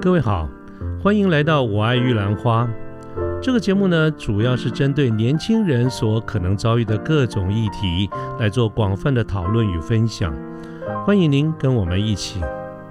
各位好，欢迎来到我爱玉兰花。这个节目呢，主要是针对年轻人所可能遭遇的各种议题来做广泛的讨论与分享。欢迎您跟我们一起。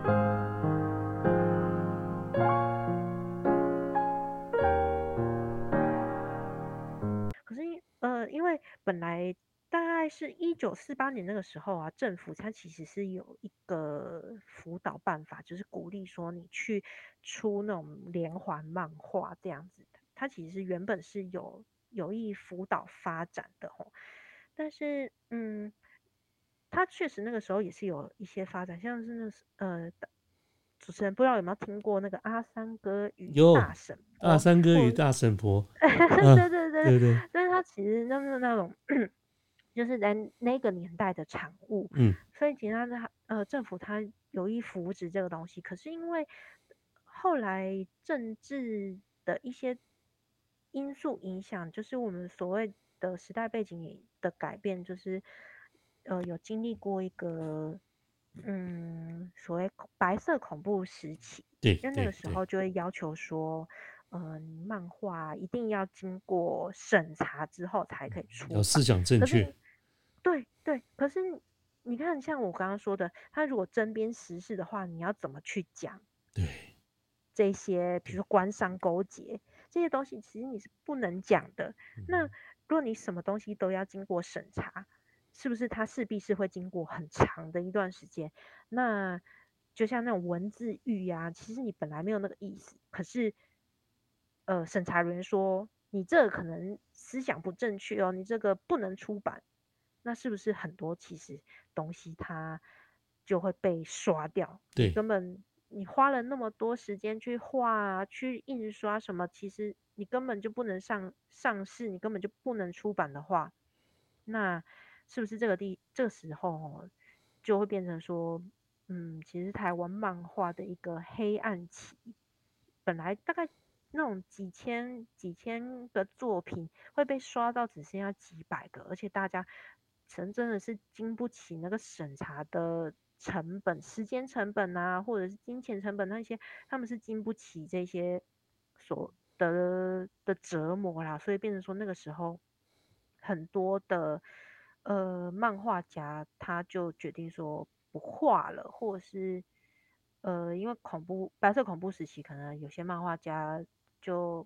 可是因为本来大概是1948年那个时候啊，政府它其实是有一个辅导办法，就是鼓励说你去出那种连环漫画这样子的。它其实原本是有意辅导发展的吼，但是它确实那个时候也是有一些发展，像是主持人不知道有没有听过那个阿三哥与大有婶婆， 大三哥与或大婶婆， 对对对， 对对， 但是它其实就是那种就是在那个年代的产物，所以其实政府它有意扶植这个东西，可是因为后来政治的一些因素影响，就是我们所谓的时代背景的改变，就是有经历过一个所谓白色恐怖时期， 对因为那个时对对， 候就会要求说，漫画一定要经过审查之后才可以出版。 要思想正可是确， 对对，可是你看，像我刚刚说的，他如果针砭时事的话，你要怎么去讲对这些，比对， 如说官商勾结这些东西，其实你是不能讲的。那如果你什么东西都要经过审查，是不是它势必是会经过很长的一段时间？那就像那种文字狱啊，其实你本来没有那个意思，可是审查人员说你这个可能思想不正确哦，你这个不能出版，那是不是很多其实东西它就会被刷掉？你对根本你花了那么多时间去画啊，去印刷什么，其实你根本就不能上市，你根本就不能出版的话，那是不是这个时候哦，就会变成说，其实台湾漫画的一个黑暗期，本来大概那种几千个作品会被刷到只剩下几百个，而且大家真的是经不起那个审查的成本、时间成本啊，或者是金钱成本那些，他们是经不起这些所的折磨啦，所以变成说那个时候很多的漫画家他就决定说不画了，或者是因为白色恐怖时期，可能有些漫画家就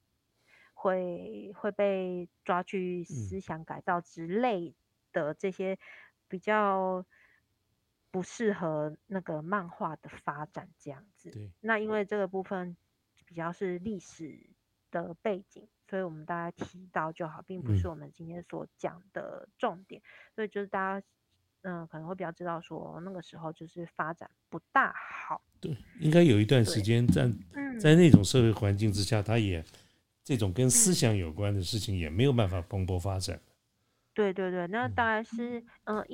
会被抓去思想改造之类的这些比较不适合那个漫画的发展这样子。 对， 那因为这个部分比较是历史的背景，所以我们大家提到就好，并不是我们今天所讲的重点。所以就是大家可能会比较知道说那个时候就是发展不大好。 对，应该有一段时对， 间在嗯那种社会环境之下，他也这种跟思嗯。 想有关的事情也没有办法蓬勃发展。 对对对，那大概是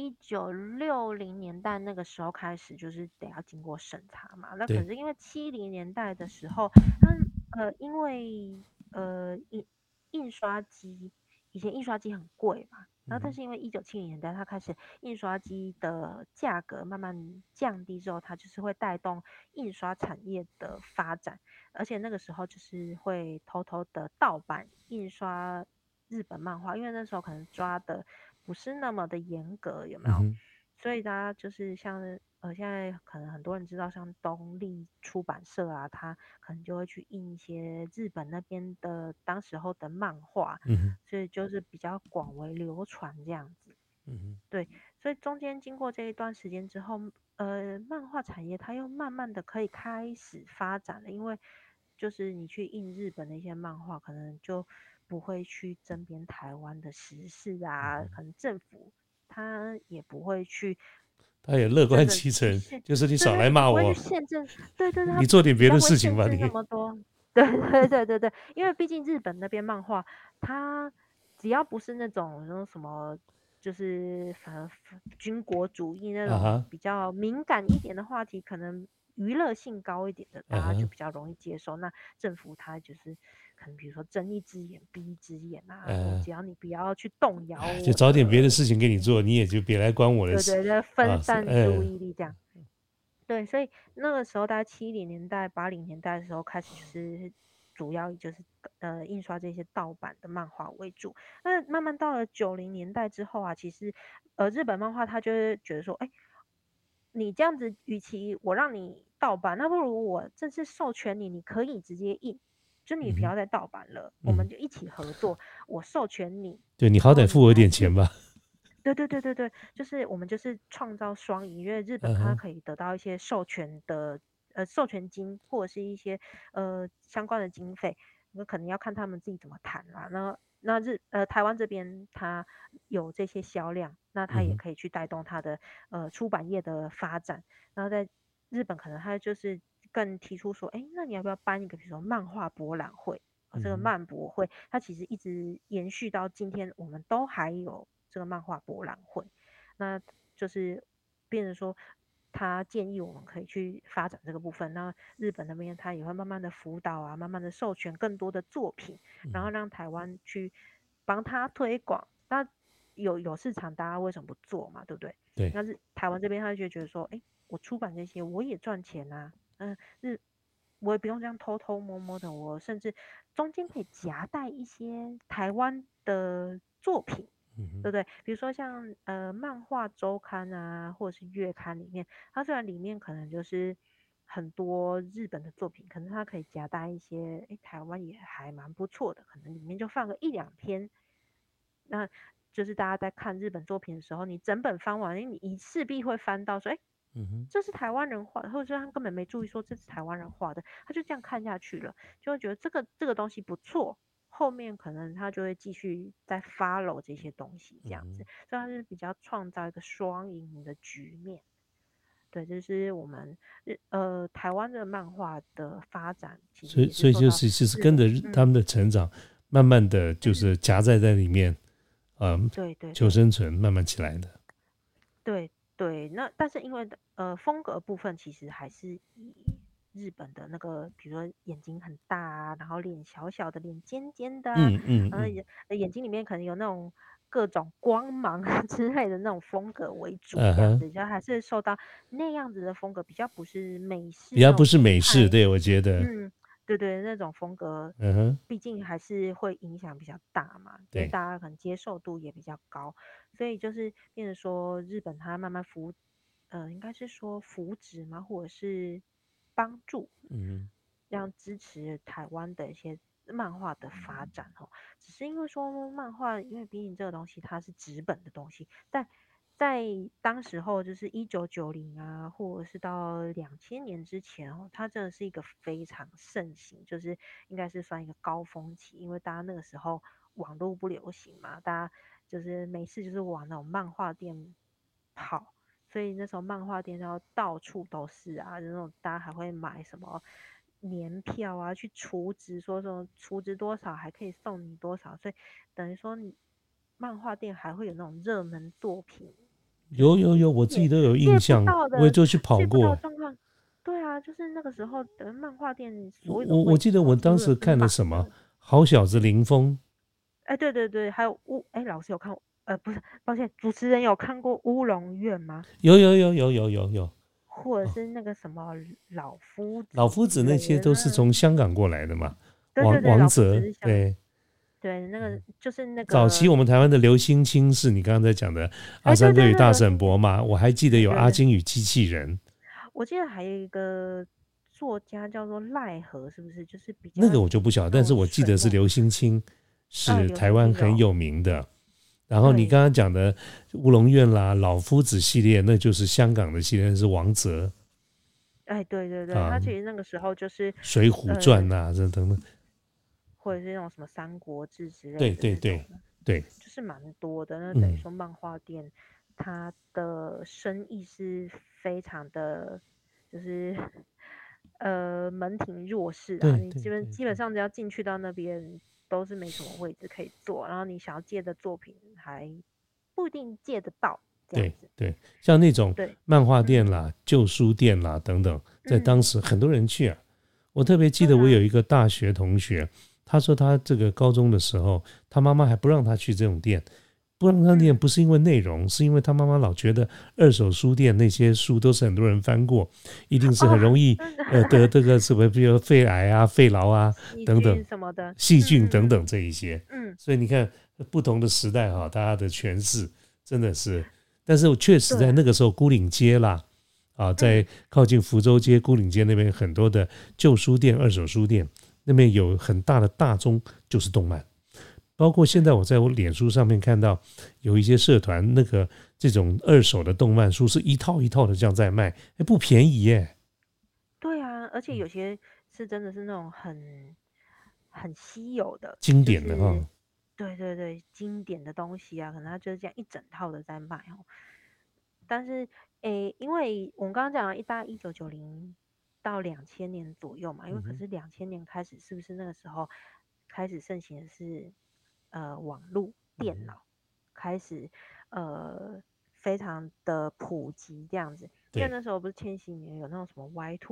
1960年代那个时候开始，就是得要经过审查嘛。那可对， 是因为70年代的时候，因为印刷机以前印刷机很贵嘛，然后但是因为1970年代它开始印刷机的价格慢慢降低之后，它就是会带动印刷产业的发展，而且那个时候就是会偷偷的盗版印刷日本漫画，因为那时候可能抓的不是那么的严格，有没有？所以大家就是像现在可能很多人知道，像东立出版社啊，他可能就会去印一些日本那边的当时候的漫画，所以就是比较广为流传这样子。对，所以中间经过这一段时间之后，漫画产业它又慢慢的可以开始发展了，因为就是你去印日本的一些漫画，可能就不会去争辩台湾的时事啊，可能政府他也不会去他也乐观真的其成， 去限， 就是你对， 少来他不会去骂我， 限制，对对对，他你做点别的比较不会事情吧， 限制那你。 么多，对对对对对，因为毕竟日本那边漫画，它只要不是那种什么，就是军国主义那种啊哈， 比较敏感一点的话题，可能娱乐性高一点的，大家就啊哈， 比较容易接受。那政府它就是可能比如说睁一只眼闭一只眼啊，我呃， 只要你不要去动摇就我找点别的的， 事情给你做，你也就别来关我的事对对对，分啊， 散注意力这样。 对，所以那个时候大概70年代、80年代的时候开始，就是主要就是印刷这些盗版的漫画为主。那慢慢到了90年代之后啊，其实日本漫画它就是觉得说，哎，你这样子，与其我让你盗版，那不如我正式授权你，你可以直接印，就你不嗯要再盗版了，我们嗯， 就一起合作，我授权你， 对你然后好歹付我一你来印。 点钱吧。 对对对对对，就是我们就是创造双赢，因为日本它嗯哼， 可以得到一些授权的授权金或者是一些相关的经费，那可能要看他们自己怎么谈啦。那台湾这边它有这些销量，那它嗯哼， 也可以去带动它的出版业的发展。然后在日本可能它就是更提出说，哎，那你要不要办一个比如说漫画博览会？这个嗯哼， 漫博会，它其实一直延续到今天，我们都还有这个漫画博览会。那就是变成说，他建议我们可以去发展这个部分。那日本那边他也会慢慢的辅导啊，慢慢的授权更多的作品，然后嗯， 让台湾去帮他推广。那有市场，大家为什么不做嘛？对不对？ 对， 那是台湾这边他就觉得说，哎，我出版这些我也赚钱啊，我也不用这样偷偷摸摸的，我甚至中间可以夹带一些台湾的作品， 嗯哼， 对不对？比如说像漫画周刊啊，或者是月刊里面，它虽然里面可能就是很多日本的作品，可是它可以夹带一些，哎，台湾也还蛮不错的，可能里面就放个1、2篇，那就是大家在看日本作品的时候，你整本翻完，你势必会翻到说，哎， 嗯哼， 这是台湾人画的，或者说他根本没注意说这是台湾人画的，他就这样看下去了，就会觉得这个东西不错，后面可能他就会继续再 follow 这些东西这样子， 嗯哼。 所以他是比较创造一个双赢的局面。对，这是我们台湾的漫画的发展，其实也是所以受到就是日本， 跟着他们的成长，慢慢的就是夹在里面， 对对对。 求生存慢慢起来的。 对对，那但是因为风格部分其实还是以日本的那个，比如说眼睛很大啊，然后脸小小的，脸尖尖的啊， 嗯嗯然后嗯， 眼睛里面可能有那种各种光芒之类的那种风格为主， 嗯哼， 这样子，就还是受到那样子的风格，比较不是美式比较不那种是美式， 硬派。 对我觉得， 嗯，对对，那种风格， 嗯哼， 毕竟还是会影响比较大嘛，因为对， 大家可能接受度也比较高，所以就是变成说日本它慢慢应该是说扶植嘛，或者是帮助， 嗯让支持台湾的一些漫画的发展哦。只是因为说漫画，因为毕竟这个东西它是纸本的东西，但在当时候就是1990啊，或者是到2000年之前哦，它真的是一个非常盛行，就是应该是算一个高峰期，因为大家那个时候网络不流行嘛，大家就是没事就是往那种漫画店跑，所以那时候漫画店要到处都是啊，就那种大家还会买什么年票啊，去储值，说什么储值多少还可以送你多少，所以等于说你漫画店还会有那种热门作品，就是你有，我自己都有印借不象， 到的， 我也就去跑借不到过。 的状况。对啊，就是那个时候的漫画店所有的我位置哦， 记得我几乎都是当时看了什么满的。 《好小子林峰》， 哎，对对对，还有老师有看，不是，抱歉，主持人有看过乌龙院吗？ 有， 或者哦， 是那个什么老夫老夫子之类子那些的那， 都是从香港过来的嘛， 对对对，老夫子王泽， 是像， 对。 对，那个就是那个， 早期我们台湾的刘星卿是你刚刚在讲的阿哎，对对对， 三哥与大刘星星， 婶伯嘛，我还记得有阿对对对， 金与机器人， 我记得还有一个作家叫做赖和，是不是？就是比那个较我就不晓得，但是那种我记水墨， 得是刘星卿是刘台湾很星星有， 有名的。然后你对， 刚刚讲的乌龙院啦、老夫子系列，那就是香港的系列，是王泽哎，对对对，他啊， 其实那个时候就是 《水浒传》 呃， 呐，这等等， 或者是那种什么《三国志》之类对的这种。 对对对， 就是蛮多的。那等于嗯， 说漫画店它的生意是非常的，就是门庭若市啊。 对你对对对， 基本上只要进去到那边都是没什么位置可以坐，然后你想要借的作品还不一定借得到，这样子。 对对，像那种对， 漫画店嗯啦、旧书店啦等等，在当嗯， 时很多人去啊。我特别记得我有对啊， 一个大学同学，他说他这个高中的时候，他妈妈还不让他去这种店， 不让他念不是因为内容，是因为他妈妈老觉得二手书店那些书都是很多人翻过，一定是很容易得这个什么，比如肺癌啊、肺痨啊等等什么的， 细菌等等这一些。 嗯， 所以你看不同的时代哈，大家的诠释真的是，但是确实在那个时候，孤岭街啦，在靠近福州街、孤岭街那边很多的旧书店、二手书店，那边有很大的大宗就是动漫。包括现在我在我脸书上面看到有一些社团，这种二手的动漫书是一套一套的这样在卖，不便宜耶。 对啊，而且有些是真的是那种很稀有的， 经典的哈。 对对对，经典的东西啊，可能它就是这样一整套的在卖哦。但是因为我们刚刚讲了大概1990到2000年左右嘛，因为可是2000年开始，是不是那个时候开始盛行的是网络电脑开始非常的普及这样子，因为那时候不是千禧年有那种什么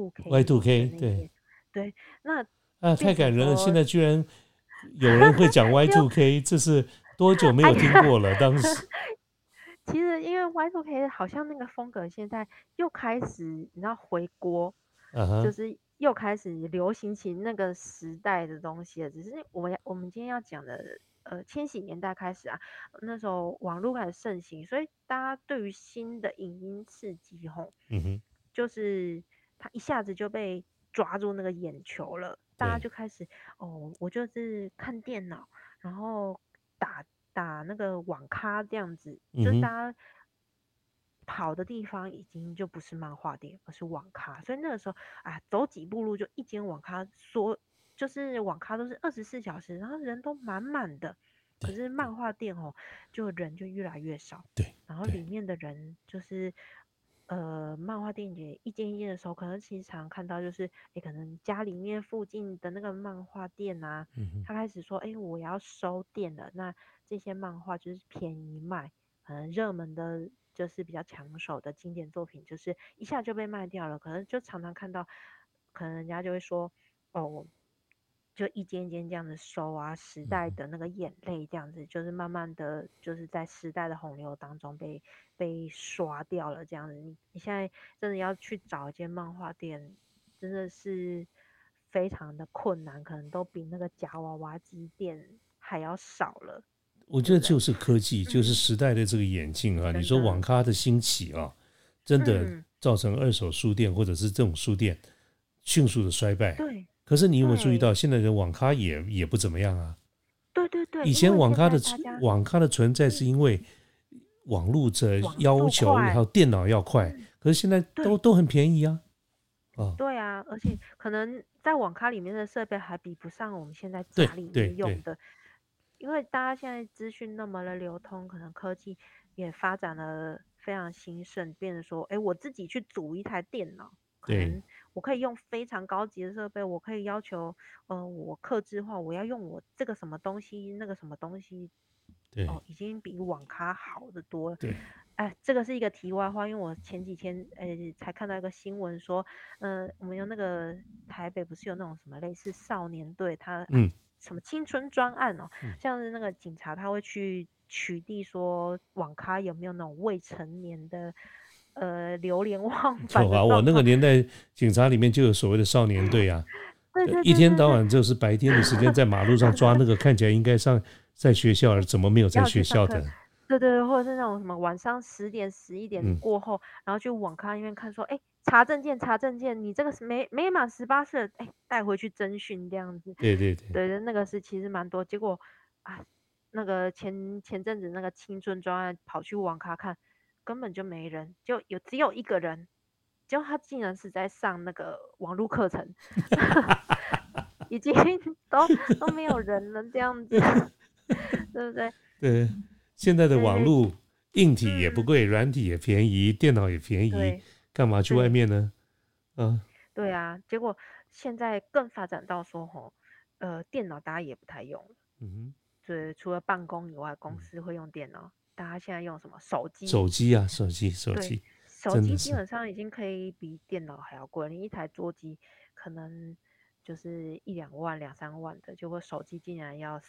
Y2K 的那些，对，那太感人了，现在居然有人会讲 Y2K， 这是多久没有听过了？当时其实因为 Y2K 好像那个风格现在又开始你知道回锅，就是又开始流行起那个时代的东西了。只是我们今天要讲的千禧年代开始啊，那时候网络开始盛行，所以大家对于新的影音刺激吼，就是他一下子就被抓住那个眼球了，大家就开始我就是看电脑，然后打那个网咖这样子，就是大家跑的地方已经就不是漫画店，而是网咖。所以那个时候啊，走几步路就一间网咖，就是网咖都是24小时，然后人都满满的。可是漫画店就人就越来越少。 对， 然后里面的人就是漫画店也一间一间的时候，可能其实常看到就是可能家里面附近的那个漫画店啊，他开始说我要收店了，那这些漫画就是便宜卖，热门的就是比较抢手的经典作品，就是一下就被卖掉了。可能就常常看到，可能人家就会说就一间一间这样子收啊，时代的那个眼泪这样子，就是慢慢的就是在时代的洪流当中被刷掉了这样子。你现在真的要去找一间漫画店，真的是非常的困难，可能都比那个夹娃娃机店还要少了。 我觉得就是科技，就是时代的这个演进啊。你说网咖的兴起啊，真的造成二手书店或者是这种书店迅速的衰败。 对。 可是你有没有注意到，现在的网咖也不怎么样啊？ 对对对， 以前网咖的存在是因为网络的要求，还有电脑要快，可是现在都很便宜啊。 对啊，而且可能在网咖里面的设备还比不上我们现在家里面用的，因为大家现在资讯那么的流通，可能科技也发展的非常兴盛，变成说，我自己去组一台电脑，可能我可以用非常高级的设备，我可以要求，我客制化，我要用我这个什么东西，那个什么东西，已经比网咖好得多了。这个是一个题外话，因为我前几天才看到一个新闻说，我们有那个台北不是有那种什么类似少年队，他什么青春专案像是那个警察他会去取缔说网咖有没有那种未成年的流连忘返的状况。 我那个年代警察里面就有所谓的少年队啊， 对， 一天到晚就是白天的时间在马路上抓那个看起来应该在学校，怎么没有在学校的？ 对对，或者是那种什么晚上10点、11点过后，然后去网咖那边看说，查证件，你这个是没满18岁，带回去侦讯这样子。对，那个是其实蛮多。结果那个前阵子那个青春专案跑去网咖看，根本就没人，只有一个人，结果他竟然是在上那个网络课程，已经都没有人了这样子，对不对？ 对。现在的网络硬体也不贵，软体也便宜，电脑也便宜，干嘛去外面呢？ 对啊，结果现在更发展到说电脑大家也不太用了。对，除了办公以外，公司会用电脑，大家现在用什么？手机啊，手机， 手机基本上已经可以比电脑还要贵，你一台桌机可能就是1-2万、2-3万的，结果手机竟然要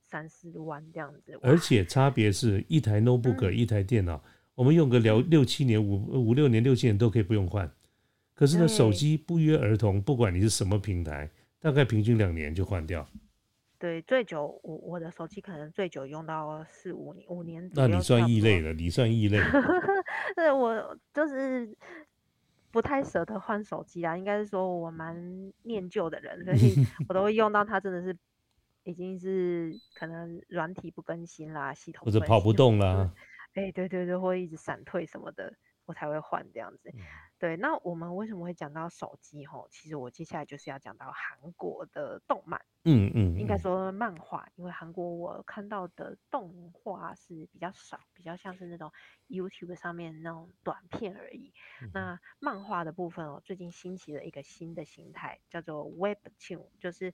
3-4万这样子。 而且差别是一台 notebook、一台电脑，我们用个6-7年、5-6年、6-7年都可以不用换。可是呢，手机不约而同，不管你是什么平台，大概平均2年就换掉。 对，最久我的手机可能最久用到4-5年左那右。 你算异类了，你算异类。 对，我就是不太舍得换手机啦，应该是说我蛮念旧的人，所以我都会用到它真的是已经是可能软体不更新啦，系统或者跑不动啦。 对对对，会一直闪退什么的，我才会换这样子。对，那我们为什么会讲到手机吼？其实我接下来就是要讲到韩国的动漫，应该说漫画，因为韩国我看到的动画是比较少，比较像是那种 YouTube 上面那种短片而已。那漫画的部分哦，最近兴起了一个新的形态，叫做 Webtoon， 就是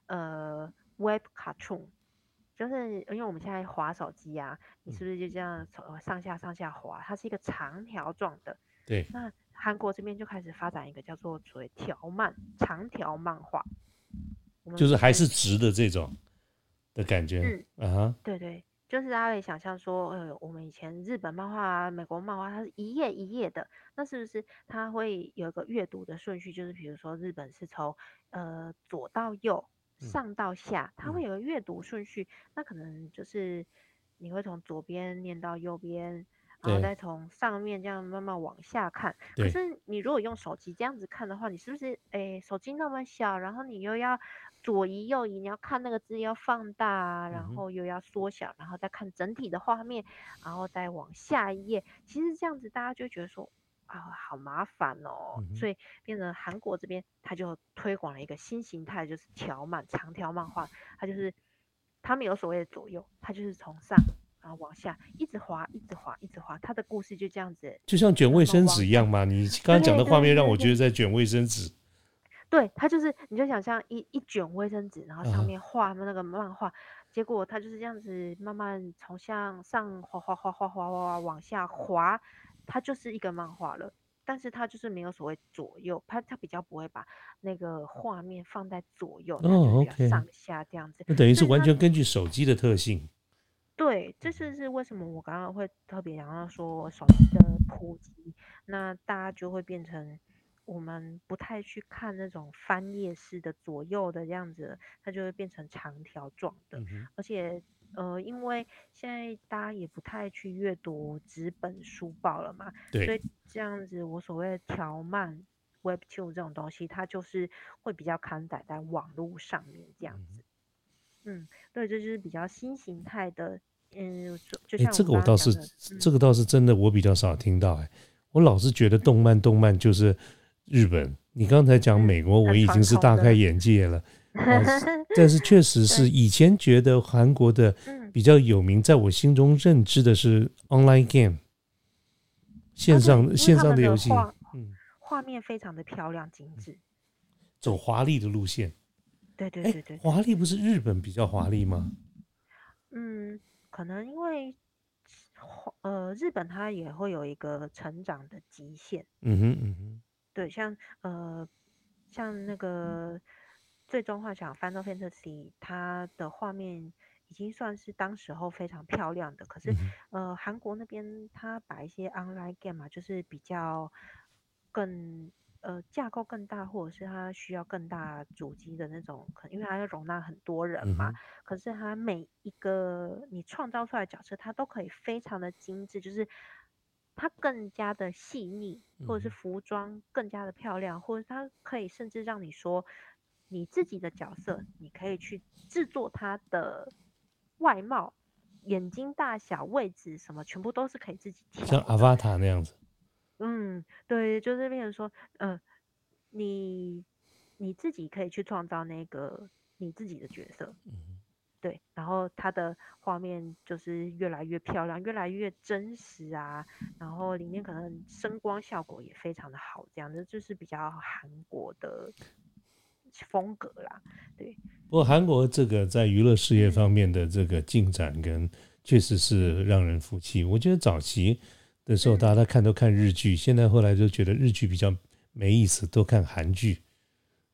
Web Cartoon。就是因为我们现在滑手机啊，你是不是就这样上下滑？它是一个长条状的。 对。 那韩国这边就开始发展一个叫做所谓长条漫画， 就是还是直的这种的感觉。 对对，就是大家可以想象说，我们以前日本漫画啊、美国漫画，它是一页一页的，那是不是它会有一个阅读的顺序？就是比如说日本是从左到右。上到下，它会有个阅读顺序，那可能就是你会从左边念到右边，然后再从上面这样慢慢往下看。可是你如果用手机这样子看的话，你是不是手机那么小，然后你又要左移右移，你要看那个字要放大，然后又要缩小，然后再看整体的画面，然后再往下一页。其实这样子大家就觉得说，好麻烦哦，所以变成韩国这边他就推广了一个新形态，就是长条漫画，它就是它没有所谓的左右，它就是从上然后往下一直滑，一直滑，一直滑，它的故事就这样子， 就像卷卫生纸一样嘛。你刚刚讲的画面让我觉得在卷卫生纸。 对，它就是你就想象一卷卫生纸，然后上面画那个漫画，结果它就是这样子慢慢从向上滑往下滑。它就是一个漫画了，但是它就是没有所谓左右，它比较不会把那个画面放在左右，它就是比较上下这样子。 那等于是完全根据手机的特性。 对，这是为什么我刚刚会特别想要说手机的普及，那大家就会变成我们不太去看那种翻页式的左右的样子，它就会变成长条状的，而且。因为现在大家也不太去阅读纸本书报了嘛，所以这样子我所谓的条漫 Webtoon 这种东西，它就是会比较刊载在网络上面这样子。对，这就是比较新形态的。就像这个我倒是，这个倒是真的，我比较少听到。我老是觉得动漫就是日本。你刚才讲美国，我已经是大开眼界了。但是确实是以前觉得韩国的比较有名，在我心中认知的是 online game， 线上的游戏， 画面非常的漂亮精致， 走华丽的路线。 对对对对， 华丽不是日本比较华丽吗？ 可能因为日本它也会有一个成长的极限。对，像那个最终幻想 Final Fantasy， 它的画面已经算是当时候非常漂亮的。可是韩国那边它把一些 online game 嘛，就是比较更架构更大，或者是它需要更大主机的那种，因为它要容纳很多人嘛。可是它每一个你创造出来的角色，它都可以非常的精致，就是它更加的细腻，或者是服装更加的漂亮，或者它可以甚至让你说你自己的角色，你可以去制作它的外貌、眼睛大小、位置什么，全部都是可以自己调的， 像 Avatar 那样子。 对，就是变成说，你自己可以去创造那个你自己的角色，对，然后它的画面就是越来越漂亮，越来越真实啊，然后里面可能声光效果也非常的好，这样的就是比较韩国的风格啦，对。 不过韩国这个在娱乐事业方面的这个进展跟确实是让人服气。我觉得早期的时候大家都看日剧，现在后来就觉得日剧比较没意思，都看韩剧。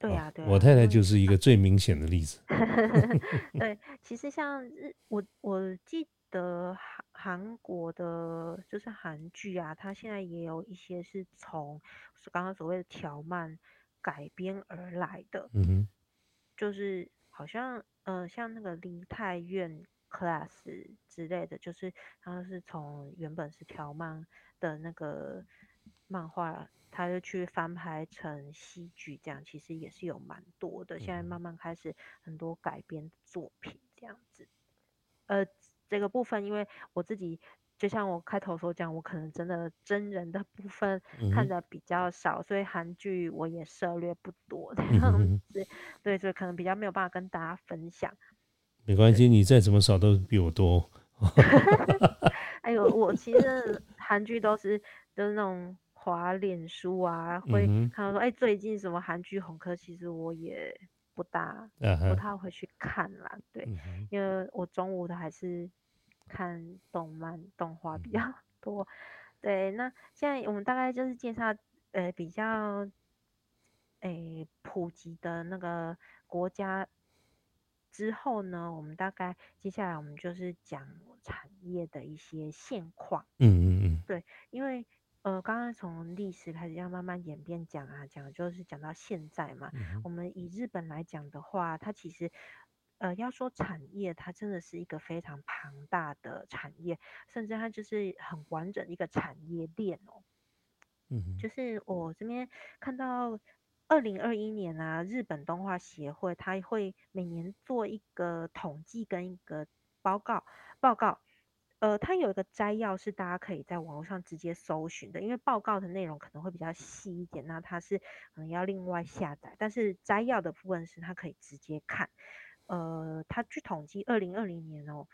对啊，对我啊，因为太太就是一个最明显的例子。 对，其实像我记得韩国的，就是韩剧啊，它现在也有一些是从刚刚所谓的条漫改编而来的， 嗯哼， 就是好像像那个梨泰院 class 之类的，就是它是从原本是条漫的那个漫画，它就去翻拍成戏剧，这样其实也是有蛮多的。现在慢慢开始很多改编的作品这样子。这个部分，因为我自己就像我开头所讲，我可能真的真人的部分嗯哼， 看的比较少，所以韩剧我也涉猎不多这样嗯哼哼， 子。对，所以可能比较没有办法跟大家分享。 没关系，你再怎么少都比我多。 哎呦，我其实韩剧都是那种滑脸书啊，会嗯看到说，哎，最近什么韩剧红，可其实我也不大哼，啊不哈， 太会去看啦，对， 嗯哼， 因为我中午的还是看动漫动画比较嗯哼， 多。对，那现在我们大概就是介绍比较普及的那个国家之后呢，我们大概接下来我们就是讲产业的一些现况。 嗯嗯对，因为刚刚从历史开始要慢慢演变讲啊，讲就是讲到现在嘛。 嗯哼， 我们以日本来讲的话，它其实要说产业，它真的是一个非常庞大的产业，甚至它就是很完整的一个产业链哦。 嗯哼， 就是我这边看到2021年啊，日本动画协会它会每年做一个统计跟一个报告。它有一个摘要是大家可以在网络上直接搜寻的，因为报告的内容可能会比较细一点，那它是可能要另外下载，但是摘要的部分是它可以直接看。它据统计，2020年哦，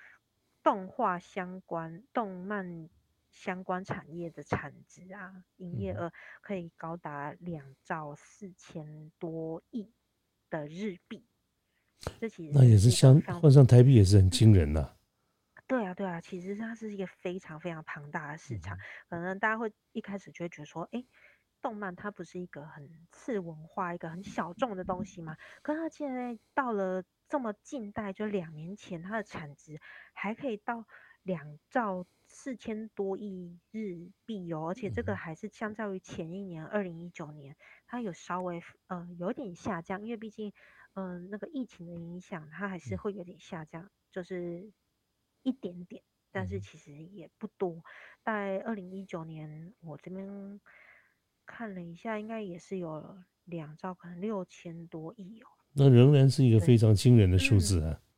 动漫相关产业的产值啊，营业嗯， 额可以高达2兆4000多亿的日币，这其实那也是真的是一个非常换上台币也是很惊人呐。 对啊，对啊，其实它是一个非常非常庞大的市场， 嗯哼， 可能大家会一开始就会觉得说，哎，动漫它不是一个很次文化、一个很小众的东西吗？可是它现在到了这么近代，就2年前，它的产值还可以到2兆4000多亿日币哦，而且这个还是相较于前一年2019年，它有稍微有点下降，因为毕竟那个疫情的影响，它还是嗯会有点下降，就是一点点，但是嗯， 其实也不多。在2019年，我这边看了一下，应该也是有2兆，可能6000多亿哦。 那仍然是一个非对， 常惊人的数字嗯， 啊。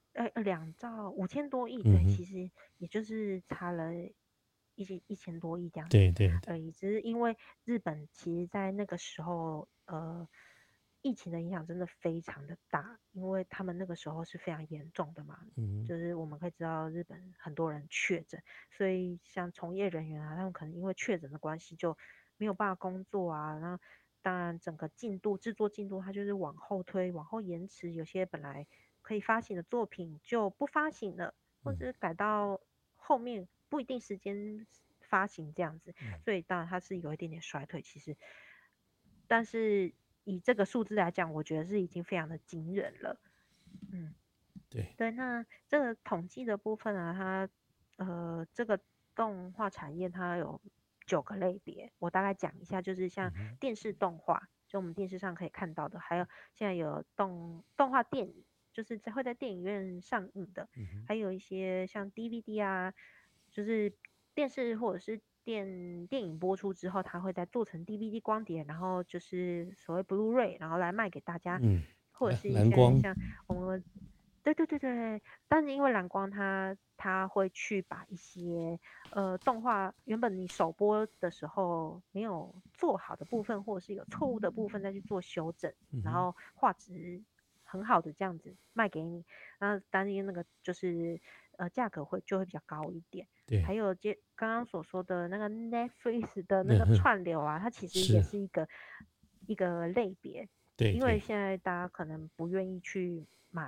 2兆5000多亿，对， 嗯哼， 其实也就是差了1000多亿这样子对对对， 而已。只是因为日本其实在那个时候，疫情的影响真的非常的大，因为他们那个时候是非常严重的嘛， 嗯就是我们可以知道日本很多人确诊，所以像从业人员啊，他们可能因为确诊的关系就没有办法工作啊，然后当然整个制作进度它就是往后推、往后延迟，有些本来可以发行的作品就不发行了，或嗯者是改到后面不一定时间发行这样子， 嗯， 所以当然它是有一点点衰退，其实，但是以这个数字来讲，我觉得是已经非常的惊人了，嗯。 对， 对，那这个统计的部分啊，这个动画产业它有9个类别，我大概讲一下，就是像嗯哼， 电视动画，就我们电视上可以看到的，还有现在有动画电影，就是会在电影院上映的， 嗯哼， 还有一些像 DVD 啊，就是电视或者是电影播出之后，它会再做成 DVD 光碟，然后就是所谓 Blu-ray，然后来卖给大家， 嗯， 或者是蓝光， 现在像我们对对对对，但是因为蓝光它会去把一些动画原本你首播的时候没有做好的部分，或者是有错误的部分再去做修正， 嗯哼， 然后画质很好的这样子卖给你，那当然那个就是价格就会比较高一点。 对， 还有刚刚所说的那个 Netflix 的那个嗯哼， 串流啊，它其实也是， 是一个类别，因为对对， 现在大家可能不愿意去买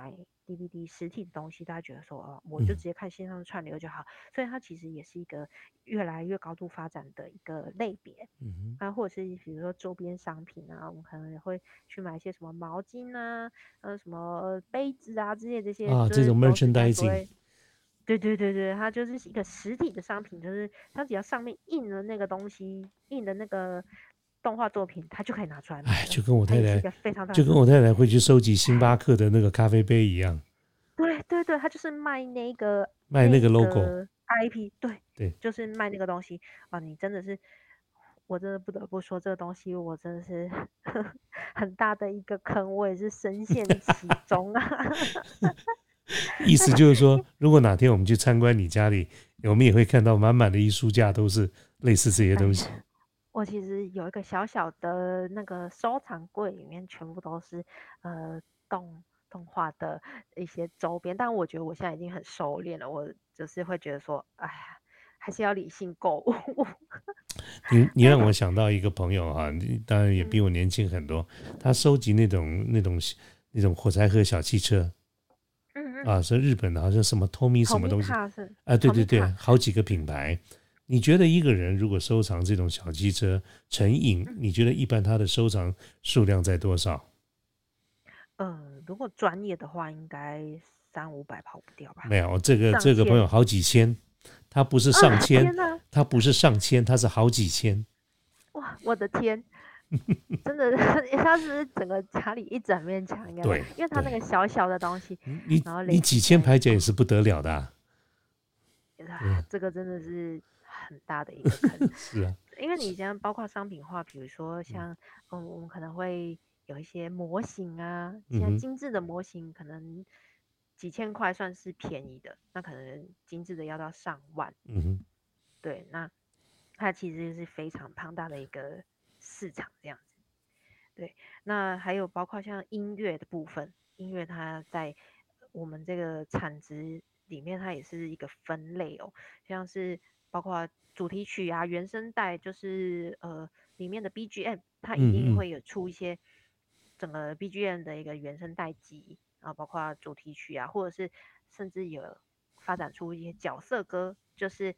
DVD 实体的东西，大家觉得说哦，我就直接看线上串流就好，所以它其实也是一个越来越高度发展的一个类别。或者是比如说周边商品啊，我们可能也会去买一些什么毛巾啊，什么杯子啊之类这些， 这种都是现在所 merchandising。 谓。对对对对，它就是一个实体的商品，就是它只要上面印了那个东西，印的那个动画作品，它就可以拿出来卖了。 就跟我它也是一太太， 个非常大就的商机。 跟我太太会去收集星巴克的那个咖啡杯一样， 对对对，它就是卖卖那个 logo。 IP， 对， 就是卖那个东西啊！你真的是，我真的不得不说，这个东西我真的是很大的一个坑，我也是深陷其中啊。 意思就是说，如果哪天我们去参观你家里，我们也会看到满满的艺术架都是类似这些东西。 我其实有一个小小的那个收藏柜，里面全部都是动画的一些周边，但我觉得我现在已经很收敛了，我就是会觉得说，哎呀，还是要理性购物。 你让我想到一个朋友哈，当然也比我年轻很多，他收集那种火柴盒小汽车。是日本的，好像什么 Tommy 什么东西对对对，好几个品牌。你觉得一个人如果收藏这种小汽车成瘾，你觉得一般他的收藏数量在多少？ 如果专业的话，应该300-500跑不掉吧？ 没有，这个朋友好几千，他不是上千，他不是上千，他是好几千。 哇，我的天！真的，他是整个家里一整面墙应该， 对， 因为他那个小小的东西， 你几千排起来也是不得了的啊。 这个真的是很大的一个坑。 是啊， 因为你像包括商品化，比如说像我们可能会有一些模型啊，现在精致的模型可能几千块算是便宜的，那可能精致的要到上万。对，那它其实是非常庞大的一个市场这样子。对，那还有包括像音乐的部分，音乐它在我们这个产值里面，它也是一个分类哦，像是包括主题曲啊、原声带，就是里面的 BGM，它一定会有出一些整个 BGM 的一个原声带集，然后包括主题曲啊，或者是甚至有发展出一些角色歌，就是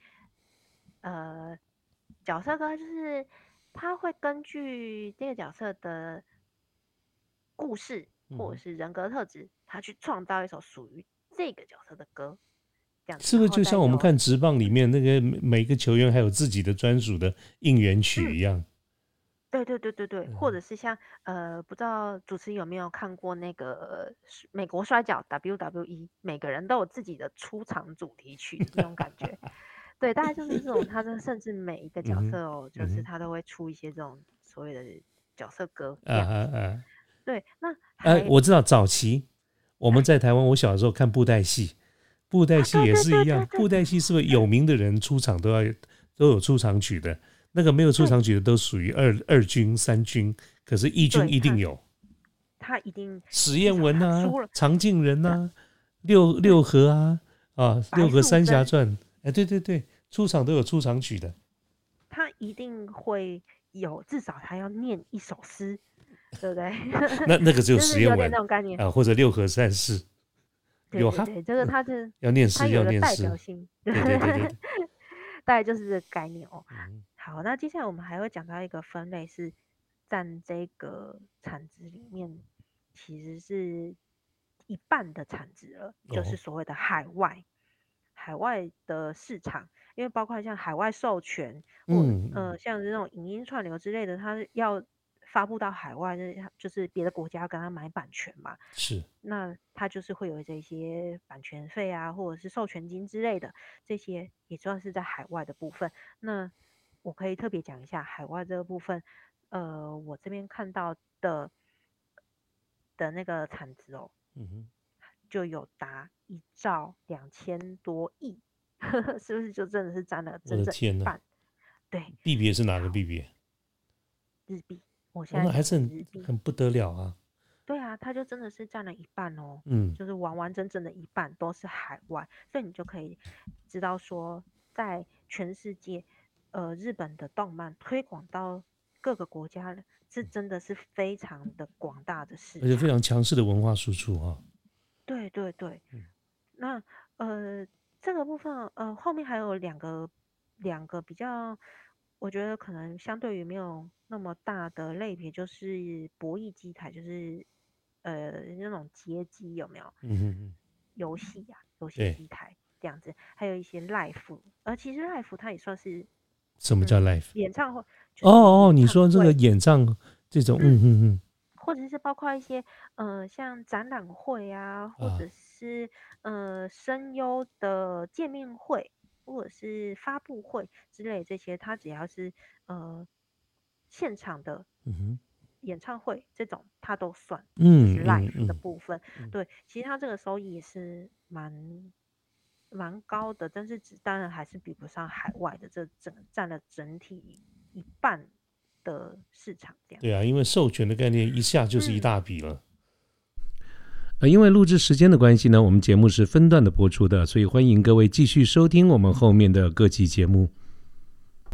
角色歌就是他会根据这个角色的故事或者是人格特质，他去创造一首属于这个角色的歌，这样子。 是不是就像我们看职棒里面那个每个球员还有自己的专属的应援曲一样？ 对对对对对，或者是像不知道主持人有没有看过那个美国摔角 WWE， 每个人都有自己的出场主题曲那种感觉。对，大概就是这种，他甚至每一个角色哦，就是他都会出一些这种所谓的角色歌这样子。对，那我知道早期我们在台湾，我小时候看布袋戏，布袋戏也是一样，布袋戏是不是有名的人出场都有出场曲的？那个没有出场曲的都属于二军、三军，可是一军一定有。 他一定史艳文啊，常敬人啊，六合啊，六合三峡传，对对对，出场都有出场曲的。 他一定会有，至少他要念一首诗，对不对？ 那个只有史艳文那种概念或者六合三世。 对对对，这个他是要念诗， 他有一个代诗表性， 对对对对， 大概就是这个概念哦。好，那接下来我们还会讲到一个分类，是占这个产值里面其实是一半的产值了，就是所谓的海外的市场，因为包括像海外授权，像这种影音串流之类的，它要发布到海外，就是别的国家跟他买版权嘛， 是， 那它就是会有这些版权费啊，或者是授权金之类的，这些也算是在海外的部分。那我可以特别讲一下海外这个部分，我这边看到的那个产值哦，就有达1兆2000多亿，是不是就真的是占了整整一半？对， 币别是哪个币别？ 日币，我现在那还是日很不得了啊。 对啊，它就真的是占了一半哦，就是完完整整的一半都是海外，所以你就可以知道说，在全世界，日本的动漫推广到各个国家了，是真的是非常的广大的市场， 而且非常强势的文化输出啊。 对对对。 嗯那这个部分后面还有两个比较，我觉得可能相对于没有那么大的类别，就是博弈机台，就是那种街机有没有？ 嗯嗯， 游戏呀、游戏对， 机台这样子，还有一些 live，其实 live 它也算是什么叫 live？ 演唱会，就哦哦， 是演你说这个唱会。 演唱这种， 或者是包括一些像展览会啊，或者啊， 是声优的见面会，或者是发布会之类这些，它只要是现场的嗯哼， 演唱会这种，它都算，就是嗯嗯 live 的嗯部分。 嗯， 对，其实它这个收益也是蛮高的，但是当然还是比不上海外的，这占了整体一半的市场这样对啊， 子。 因为授权的概念一下就是一嗯。 大笔了。 嗯因为录制时间的关系呢，我们节目是分段的播出的，所以欢迎各位继续收听我们后面的各期节目。